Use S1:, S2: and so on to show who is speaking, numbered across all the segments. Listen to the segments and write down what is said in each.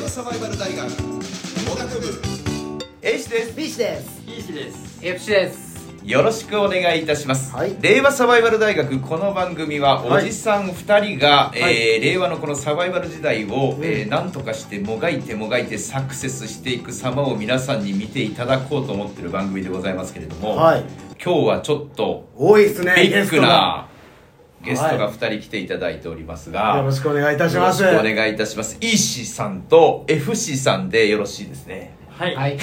S1: 和サバイバル大学農学部
S2: A 氏です。
S3: B 氏です。
S4: E 氏です。
S5: F 氏です。
S2: よろしくお願いいたします、
S3: はい、
S2: 令和サバイバル大学。この番組はおじさん2人が、令和のこのサバイバル時代を、何とかしてもがいてサクセスしていく様を皆さんに見ていただこうと思っている番組でございますけれども、
S3: はい、
S2: 今日はちょっと
S3: 多いですね、
S2: ビッグなゲストが2人来ていただいておりますが、
S3: よろしくお願いいたします。
S2: よろしくお願いいたします。 E 氏さんと F 氏さんでよろしいですね。
S4: はい、
S5: はい、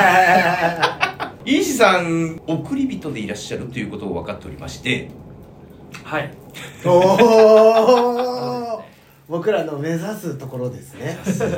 S2: E 氏さん送り人でいらっしゃるということを分かっておりまして、
S4: はい、
S3: お僕らの目指すところですね。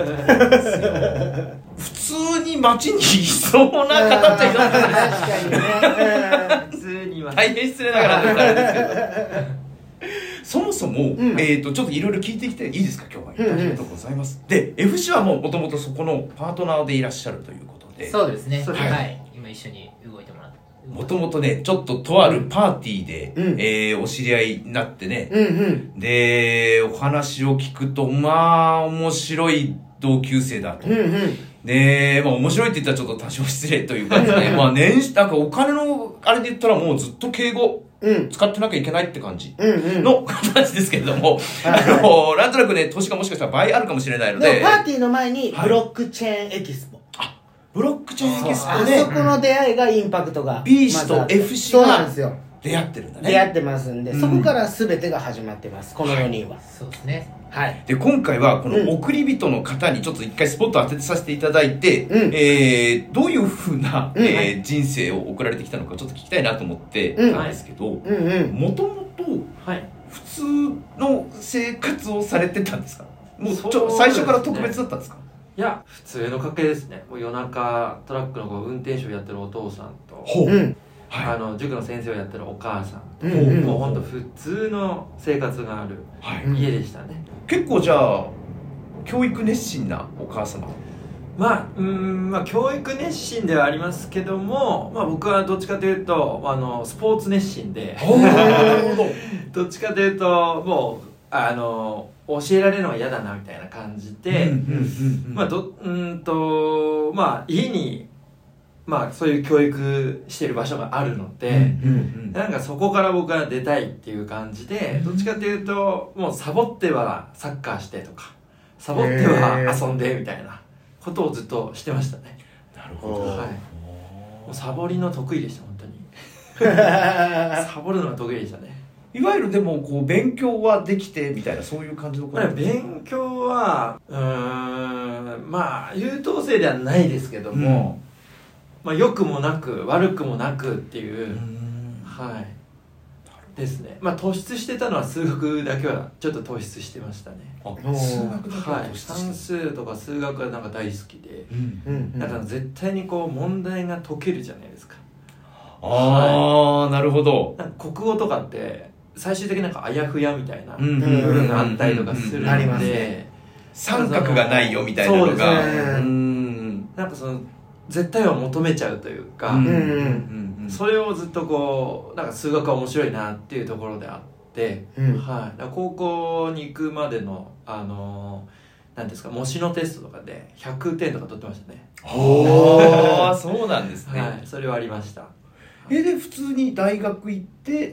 S2: 普通に街にいそうな方っていますね。
S3: 確かにね、
S4: 普通には
S2: 大変失礼ながらなんであれですけどそもそも、ちょっといろいろ聞いてきていいですか、今日は。ありがとうございます。で F 氏はもともとそこのパートナーでいらっしゃるということで、
S5: そうですね。
S4: そうですね、
S5: はい、今一緒に動いてもらって、
S2: もともとねちょっととあるパーティーで、お知り合いになってね、でお話を聞くとまあ面白い同級生だと、で、まあ面白いって言ったらちょっと多少失礼というかですねまあなんかお金のあれで言ったらもうずっと敬語使ってなきゃいけないって感じの形ですけれども、なんとなくね年がもしかしたら倍あるかもしれないので、
S3: パーティーの前にブロックチェーンエキスポ、
S2: ブロックチェーンエキスポ
S3: あそこの出会いがインパクトが
S2: B 氏と F 氏
S3: そうなん
S2: が
S3: ですよ、
S2: 出会ってるんだね。
S3: 出会ってますんで、そこから全てが始まってます、この4人は。
S5: そうですね。
S3: はい。
S2: で今回はこの送り人の方にちょっと一回スポットを当てさせていただいて、どういうふうな、人生を送られてきたのかちょっと聞きたいなと思ってたんですけど、もともと普通の生活をされてたんですか？もう最初から特別だったんですか？
S4: いや、普通の家系ですね。もう夜中トラックの運転手をやってるお父さんと、塾の先生をやってるお母さんと、もうほんと普通の生活がある家でしたね。
S2: 結構じゃあ教育熱心なお母様？
S4: まあ教育熱心ではありますけども、まあ僕はどっちかというとスポーツ熱心でどっちかというともう教えられるのは嫌だなみたいな感じで、まあまあ家にまあそういう教育してる場所があるので、なんかそこから僕は出たいっていう感じで、どっちかというともうサボってはサッカーしてとかサボっては遊んでみたいなことをずっとしてましたね。
S2: なるほど。
S4: はい。もうサボりの得意でした本当に。サボるのが得意でしたね。
S2: いわゆるでもこう勉強はできてみたいなそういう感じのことですか？
S4: 勉強はまあ優等生ではないですけども、まあ良くもなく悪くもなくっていうはいですね。まあ突出してたのは数学だけはちょっと突出してましたね。
S2: 数学だけは
S4: はい、算数とか数学はなんか大好きで、だから絶対にこう問題が解けるじゃないですか。
S2: なるほど。
S4: なんか国語とかって最終的になんかあやふやみたいな部分があったりとかするので、
S2: 三角がないよみたいなのが、
S4: なんかその絶対は求めちゃうというか、それをずっとこうなんか数学は面白いなっていうところであって、はい、高校に行くまでのなんですか模試のテストとかで100点とか取ってましたね。
S2: そうなんですね。
S4: はい、それはありました。
S2: で普通に大学行って。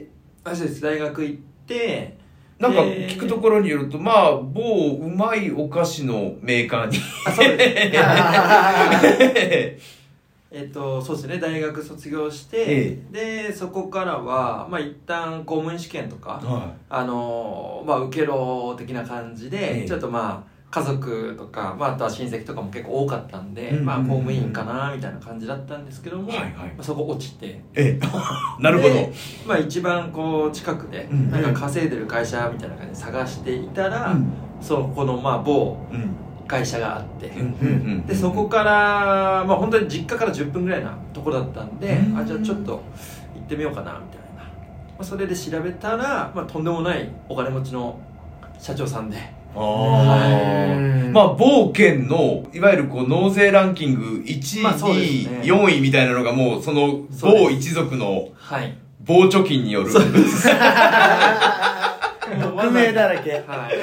S4: そうです、大学行って
S2: なんか聞くところによると、まあ某うまいお菓子のメーカーに
S4: そうですそうですね、大学卒業して、でそこからはまあ一旦公務員試験とか、まあ受けろ的な感じで、ちょっとまあ家族とか、まあ、あとは親戚とかも結構多かったんで、まあ公務員かなみたいな感じだったんですけども、そこ落ちて、
S2: なるほど。
S4: まあ一番こう近くでなんか稼いでる会社みたいな感じで探していたら、そこのまあ某会社があって、でそこからまあ本当に実家から10分ぐらいなところだったんで、じゃあちょっと行ってみようかなみたいな、それで調べたら、まあ、とんでもないお金持ちの社長さんで。
S2: まあ某県のいわゆるこう納税ランキング1位、2位、4位みたいなのがもうその某一族の某貯金による
S4: わ
S3: 匿名だらけ。
S4: はい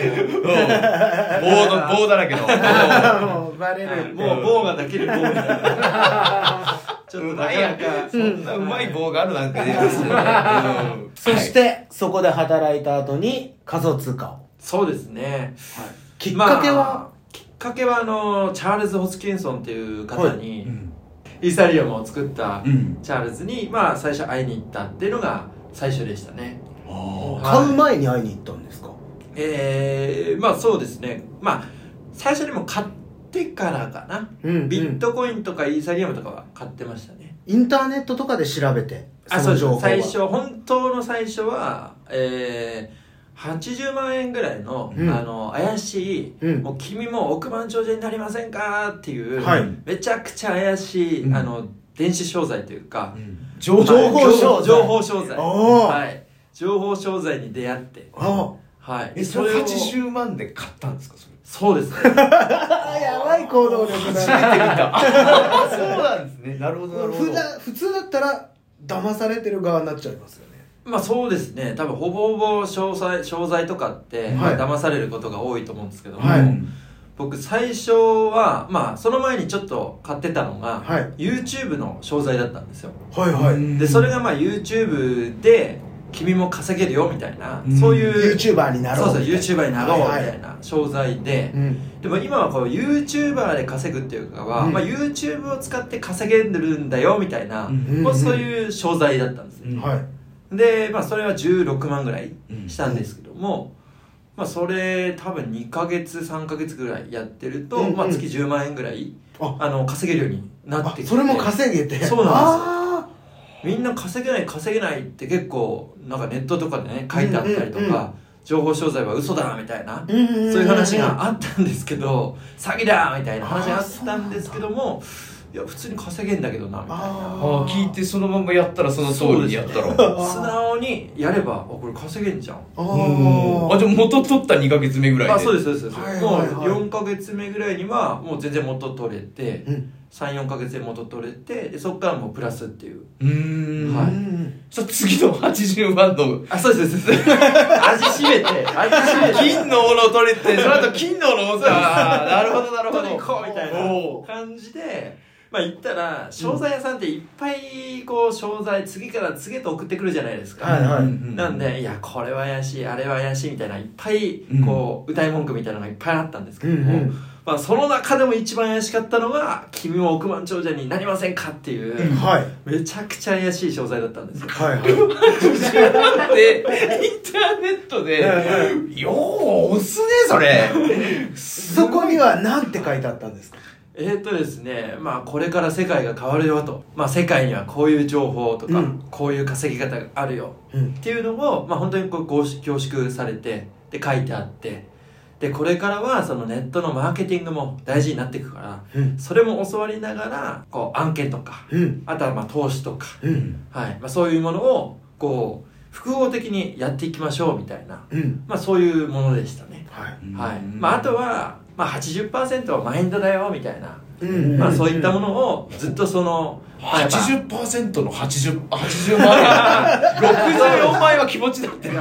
S2: 棒だらけの。
S3: もうバレる。
S4: もう棒がだけで棒みたいなちょっとなかなか
S2: そんなうまい棒があるなんてね。
S3: そして、そこで働いた後に仮想通貨を。
S4: そうですね、
S3: きっかけは、
S4: まあきっかけはチャールズ・ホスキンソンっていう方に、
S2: うん
S4: イーサリアムを作った
S2: うん
S4: チャールズに、まあ最初会いに行ったっていうのが最初でしたね。
S3: 買う前に会いに行ったんですか？
S4: まあそうですね、まあ最初にも買ってからかな、ビットコインとかイーサリアムとかは買ってましたね。
S3: インターネットとかで調べて、
S4: そうです。
S3: の情報は
S4: 最初、本当の最初は、80万円ぐらいの、怪しい、もう君も億万長者になりませんかっていう、めちゃくちゃ怪しい、電子商材というか、
S3: 情報商材。
S4: 情報商材。
S3: おー
S4: はい。情報商材に出会って、はい。
S2: それ80万で買ったんですか、それ。
S4: そうですね。
S3: やばい行動力だ
S2: 初めて見た。そうなんですね。なるほど、なるほど。
S3: 普通だったら騙されてる側になっちゃいますよね。
S4: まあそうですね、多分ほぼほぼ商材とかって、騙されることが多いと思うんですけども、僕最初はまあその前にちょっと買ってたのが、YouTube の商材だったんですよ。でそれがまあ YouTube で君も稼げるよみたいな、そういう
S3: YouTuber になろう。
S4: そう YouTuber になろうみたいな商材で、でも今はこう YouTuber で稼ぐっていうかは、まあ YouTube を使って稼げるんだよみたいな、そういう商材だったんですね。で、まあそれは16万ぐらいしたんですけども、まあそれ多分2ヶ月3ヶ月ぐらいやってると、まあ月10万円ぐらい稼げるようになってきて、
S3: それも稼げて、
S4: そうなんですよ。みんな稼げないって結構なんかネットとかでね書いてあったりとか、情報商材は嘘だみたいな、そういう話があったんですけど、詐欺だみたいな話があったんですけども、いや普通に稼げんだけどなみたいな。
S2: 聞いてそのままやったらその通りにやったら、
S4: 素直にやればこれ稼げんじゃん。
S2: じゃあ元取った2ヶ月目ぐらいで。
S4: そうですもう4ヶ月目ぐらいにはもう全然元取れて、3、4ヶ月で元取れて、でそこからもうプラスっていう。
S2: そ次の80万の
S4: そうです味しめて
S2: 金のものを取れて、その後金のものを持って、なるほどなるほど、
S4: 取り行こうみたいな感じで、まあ言ったら商材屋さんっていっぱいこう商材次から次へと送ってくるじゃないですか。なんでいやこれは怪しいあれは怪しいみたいないっぱいこう歌い文句みたいなのがいっぱいあったんですけども、まあその中でも一番怪しかったのが君も億万長者になりませんかっていう、めちゃくちゃ怪しい商材だったんですよ。
S2: でインターネットでよう押すねそれ。
S3: そこには何て書いてあったんですか？
S4: ですね、まあこれから世界が変わるよと、まあ世界にはこういう情報とか、こういう稼ぎ方があるよっていうのを、まあ本当にこう凝縮されてで書いてあって、でこれからはそのネットのマーケティングも大事になっていくから、それも教わりながらこう案件とか、あとはまあ投資とか、まあそういうものをこう複合的にやっていきましょうみたいな、まあそういうものでしたね。まああとはまあ 80% はマインドだよみたいな、まあそういったものをずっとその
S2: 80% の80万円64万円は気持ちだってな。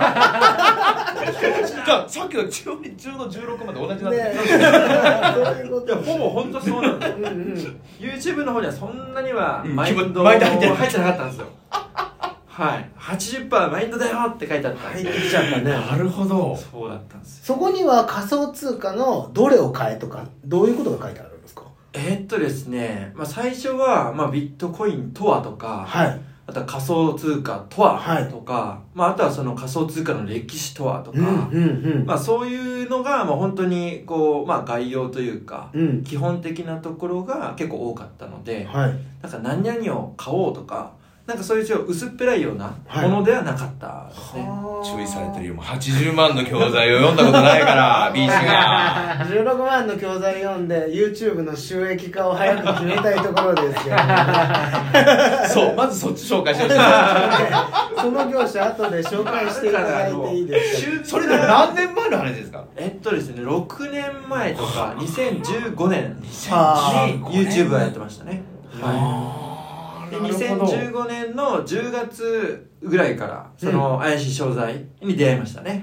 S2: さっきの10の16まで同じなんだよ。
S4: いやほぼ本当そうなんですよ。YouTube の方にはそんなにはマインド入ってなかったんですよ。80% マインドだよって書いてあった。
S3: 入ってきちゃったね。
S2: なるほど。
S4: そうだったんですよ。
S3: そこには仮想通貨のどれを買えとかどういうことが書いてあるんですか？
S4: ですね、まあ最初はまあビットコインとはとか、あとは仮想通貨とはとか、まああとはその仮想通貨の歴史とはとか、まあそういうのがまあ本当にこうまあ概要というか、基本的なところが結構多かったので、なんか何々を買おうとか。なんかそういう薄っぺらいようなものではなかったですね。
S2: 注意されてるよ。もう80万の教材を読んだことないから、B 氏が。
S3: 16万の教材読んで YouTube の収益化を早く決めたいところですけど、
S2: そう、まずそっち紹介してほしい。
S3: その業者後で紹介していただいていいですか？
S2: それで何年前の話ですか？
S4: ですね、6年前とか2015年に YouTube はやってましたね。で2015年の10月ぐらいからその怪しい商材に出会いましたね。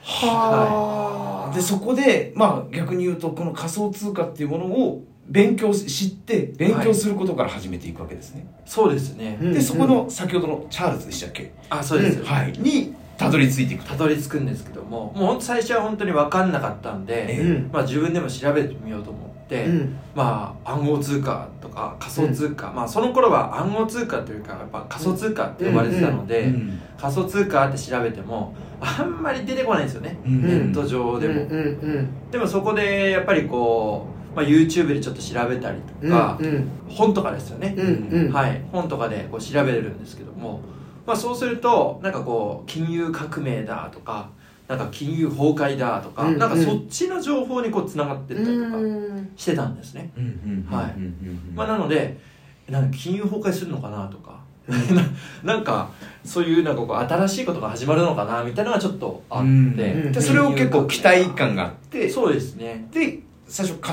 S3: は
S2: でそこでまあ逆に言うとこの仮想通貨っていうものを知って勉強することから始めていくわけですね、
S4: そうですね、
S2: でそこの先ほどのチャールズでしたっけ、
S4: あ、そうです、
S2: はい、にたどり着いていくと。
S4: たどり着くんですけども、もう本当最初は本当に分かんなかったんで、まあ、自分でも調べてみようと思って、まあ暗号通貨とか仮想通貨、まあその頃は暗号通貨というかやっぱ仮想通貨って呼ばれてたので、仮想通貨って調べてもあんまり出てこないんですよね、ネット上でも、でもそこでやっぱりこう、まあ、YouTube でちょっと調べたりとか、本とかですよね、はい、本とかでこう調べれるんですけども、まあ、そうするとなんかこう金融革命だとかなんか金融崩壊だとか、なんかそっちの情報にこうつながってったりとかしてたんですね、はい、まあ、なのでなんか金融崩壊するのかなとかなんかそういうなんかこう新しいことが始まるのかなみたいなのがちょっとあって、
S2: でそれを結構期待感があって、
S4: そうですね、
S2: で最初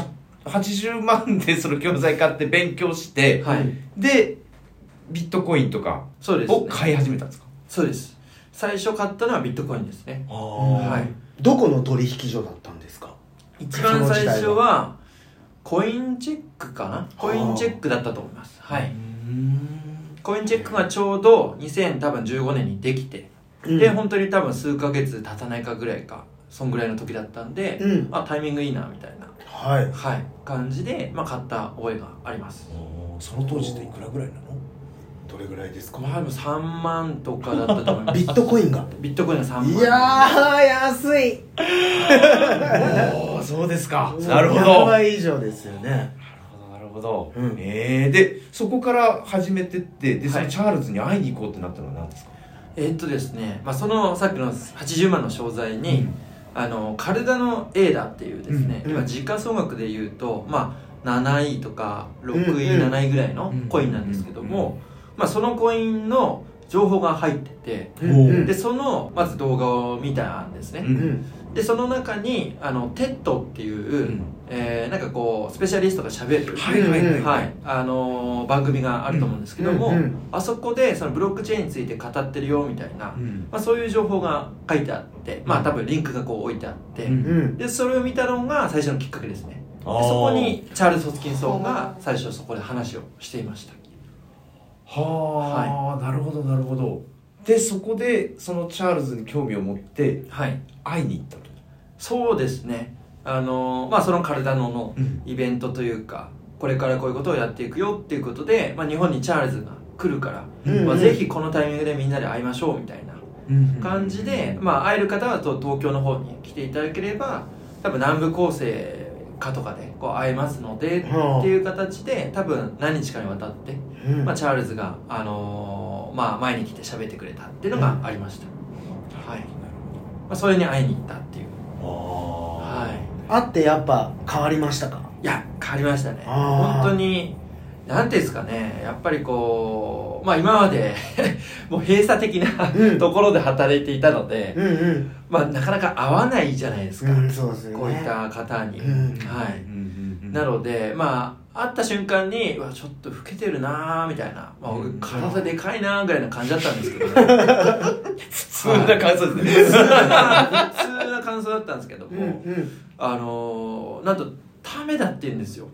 S2: 80万でその教材買って勉強して、
S4: はい、
S2: でビットコインとかを買い始めたんですか？
S4: そうです。最初買ったのはビットコインですね。はい。
S3: どこの取引所だったんですか？
S4: 一番最初はコインチェックかな？コインチェックだったと思います。はい。コインチェックがちょうど2015年にできて、で本当に多分数ヶ月経たないかぐらいか、そんぐらいの時だったんで、あ、タイミングいいなみたいな、はい、感じで、まあ、買った覚えがあります。
S2: その当時っていくらぐらいなの？
S3: どれぐらいですか？
S4: まあでも3万とかだったと思います。
S3: ビットコインが
S4: 3万。
S3: いやー安い
S2: おー、そうですか。なるほど。
S3: 100倍以上ですよね。
S2: なるほど。でそこから始めてって、でそのチャールズに会いに行こうってなったのは何ですか？
S4: ですね、まあ、そのさっきの80万の商材に、カルダノエーダっていうですね、今時価総額でいうと、まあ、7位とか6位、7位ぐらいのコインなんですけども、まあ、そのコインの情報が入ってて、でそのまず動画を見たんですね、でその中にテッドっていう、なんかこうスペシャリストがしゃべる番組があると思うんですけども、あそこでそのブロックチェーンについて語ってるよみたいな、まあ、そういう情報が書いてあって、まあ多分リンクがこう置いてあって、でそれを見たのが最初のきっかけですね。でそこにチャールズ・ホスキンソンが最初そこで話をしていました。
S2: はあ、なるほどなるほど。でそこでそのチャールズに興味を持って会いに行ったと。
S4: そうですね、まあそのカルダノのイベントというか、これからこういうことをやっていくよっていうことで、まあ、日本にチャールズが来るから、まあ、ぜひこのタイミングでみんなで会いましょうみたいな感じで、まあ、会える方は東京の方に来ていただければ多分南部構成かとかでこう会えますのでっていう形で多分何日かにわたって、まあ、チャールズが、まあ、前に来て喋ってくれたっていうのがありました、はい、まあ、それに会いに行ったっていう。
S3: 会ってやっぱ変わりましたか？
S4: いや変わりましたね。本当になんていうんですかね、やっぱりこう、まあ今までもう閉鎖的なところで働いていたので、まあなかなか会わないじゃないですか、
S3: そうですね、
S4: こういった方に、はい、なのでまあ会った瞬間にうわちょっと老けてるなーみたいな、まあ、俺体でかいなーぐらいな感じだったんですけど、普
S2: 通な感想ですね。
S4: 普通な感想だったんですけども、なんとためだって言うんですよ。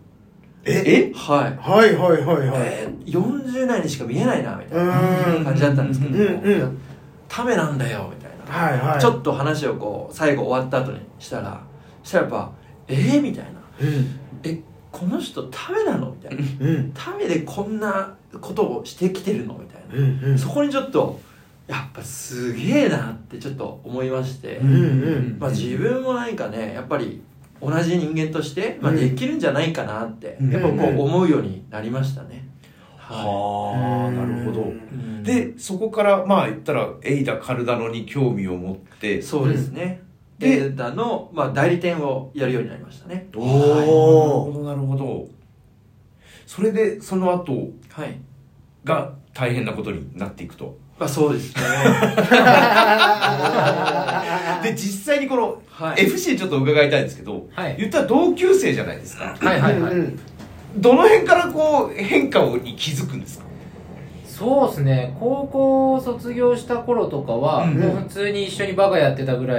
S4: はい40代にしか見えないなみたいな感じだったんですけど、ためなんだよみたいな、ちょっと話をこう最後終わった後にしたらやっぱみたいな、この人ためなのみたいな、ためでこんなことをしてきてるのみたいな、そこにちょっとやっぱすげえなってちょっと思いまして、まあ自分も何かねやっぱり同じ人間として、まあ、できるんじゃないかなって、やっぱこう思うようになりましたね。
S2: はあ、なるほど。でそこからまあ言ったらエイダ・カルダノに興味を持って、
S4: そうですね、エイダの、まあ、代理店をやるようになりましたね。
S2: なるほどなるほど。それでその後が大変なことになっていくと。
S4: まあそうですね。
S2: で実際にこの FC ちょっと伺いたいんですけど、言ったら同級生じゃないですか。どの辺からこう変化に気づくんですか？
S5: そうですね、高校卒業した頃とかは、もう普通に一緒にバカやってたぐらい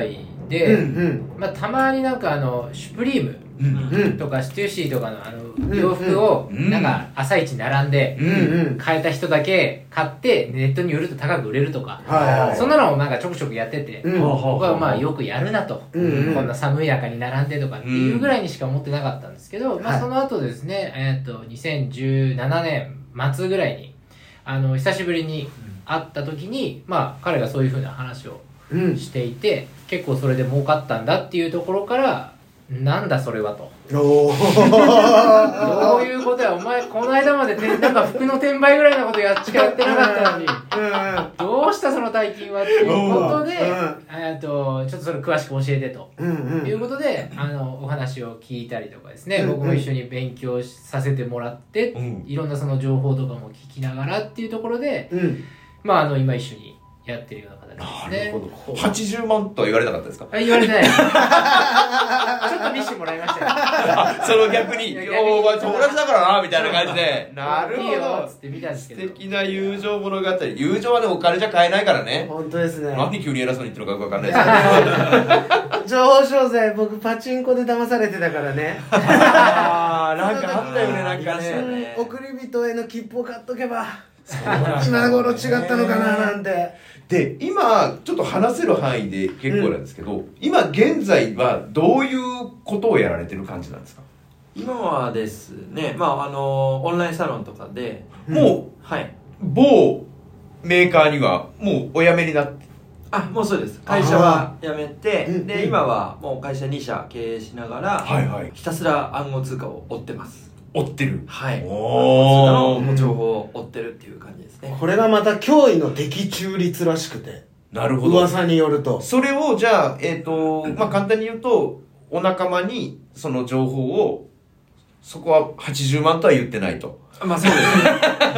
S5: で、
S3: うんうん
S5: まあ、たまになんかシュプリーム
S3: うん
S5: とかステューシーとかの洋服をなんか朝一並んで
S3: うん
S5: 買えた人だけ買ってネットに売ると高く売れるとか、
S3: はいはい
S5: そんなのをなんかちょくちょくやってて、
S3: うん
S5: 僕はまあよくやるなと、
S3: うんうん
S5: こんな寒い中に並んでとかっていうぐらいにしか思ってなかったんですけど、ま
S3: はい
S5: あその後ですね、2017年末ぐらいに久しぶりに会った時に、まあ彼がそういう風な話を
S3: うん
S5: していて、結構それで儲かったんだっていうところから、なんだそれはと。
S3: お
S5: どういうことや、お前この間までなんか服の転売ぐらいのことしかやってなかったのに、どうしたその大金はっていうことで、ちょっとそれ詳しく教えてと。いうことで、お話を聞いたりとかですね、僕も一緒に勉強させてもらって、いろんなその情報とかも聞きながらっていうところで、まあ今一緒にやってるような形ですね。
S2: なるほど。80万とは言われなかったですか？
S5: 言われてない。ちょっと見せてもらいましたよ。
S2: その逆に、
S5: 逆に
S2: お前友達だからな、みたいな感じで。なる
S5: いいよ
S2: ほど。
S5: っつって見たんですけど。
S2: 素敵な友情物語。友情はね、お金じゃ買えないからね。
S3: 本当ですね。
S2: なんで急に偉そうに言ってるのかよくわかんないですけど。
S3: 情報商材僕パチンコで騙されてたからね。
S2: あー、なんかあったよね、なんかね。
S3: 送り人への切符を買っとけば今頃違ったのかななんて。
S2: で、今、ちょっと話せる範囲で結構なんですけど、今現在はどういうことをやられてる感じなんですか？
S4: 今はですね、まあオンラインサロンとかで、
S2: もう、
S4: はい、
S2: 某メーカーにはもうお辞めになって。
S4: もうそうです。会社は辞めて、
S3: うん
S4: で今はもう会社2社経営しながら、
S2: はいはい。
S4: ひたすら暗号通貨を追ってます。
S2: 追ってる。
S4: はい。暗号通貨
S2: おー。
S4: の情報を追ってるっていう感じですね。
S3: これがまた驚異の的中率らしくて、
S2: なるほど。
S3: 噂によると。
S2: それをじゃあ、まあ、簡単に言うと、お仲間にその情報を、そこは80万とは言ってないと。
S4: まあそうですね。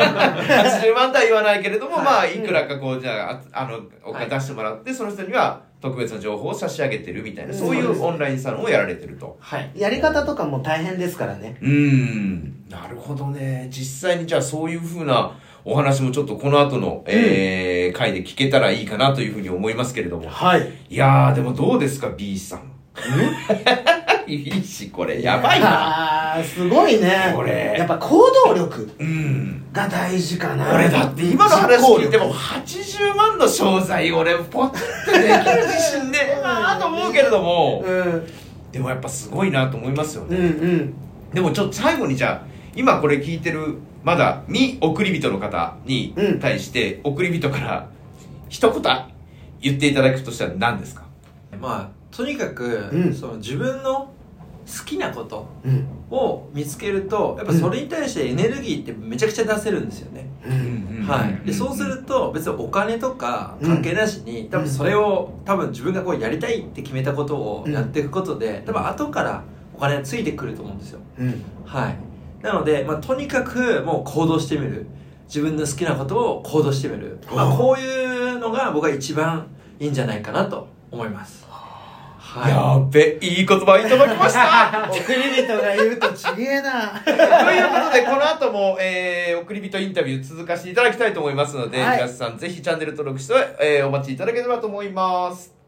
S2: 80万とは言わないけれども、
S3: はい
S2: まあ、いくらかこう、じゃあ、お金出してもらって、その人には特別な情報を差し上げてるみたいな、そういうオンラインサロンをやられてると。
S4: はい。
S3: やり方とかも大変ですからね。
S2: なるほどね。実際にじゃあそういうふうなお話もちょっとこの後の、回で聞けたらいいかなというふうに思いますけれども。
S3: はい。
S2: いやー、でもどうですか、B さん。いいし、これ、やばいな。
S3: すごいね。
S2: これ
S3: やっぱ行動力が大事かな。
S2: 俺だって今の話聞いても80万の商材俺ポッてできる自信ねえなと思うけれども、でもやっぱすごいなと思いますよね。でもちょっと最後にじゃあ今これ聞いてるまだ未送り人の方に対して送り人から一言言っていただくとしたら何ですか？
S4: まあとにかく、その自分の好きなことを見つけると、やっぱそれに対してエネルギーってめちゃくちゃ出せるんですよね。はい。でそうすると別にお金とか関係なしに、多分それを多分自分がこうやりたいって決めたことをやっていくことで、多分後からお金がついてくると思うんですよ。はい。なので、まあ、とにかくもう行動してみる。自分の好きなことを行動してみる。まあ、こういうのが僕は一番いいんじゃないかなと思います。はい、
S2: やっべ、いい言葉いただきました
S3: 送り人が言うとちげえな。
S2: ということで、この後も、送り人インタビュー続かせていただきたいと思いますので、皆さんぜひチャンネル登録して、お待ちいただければと思います。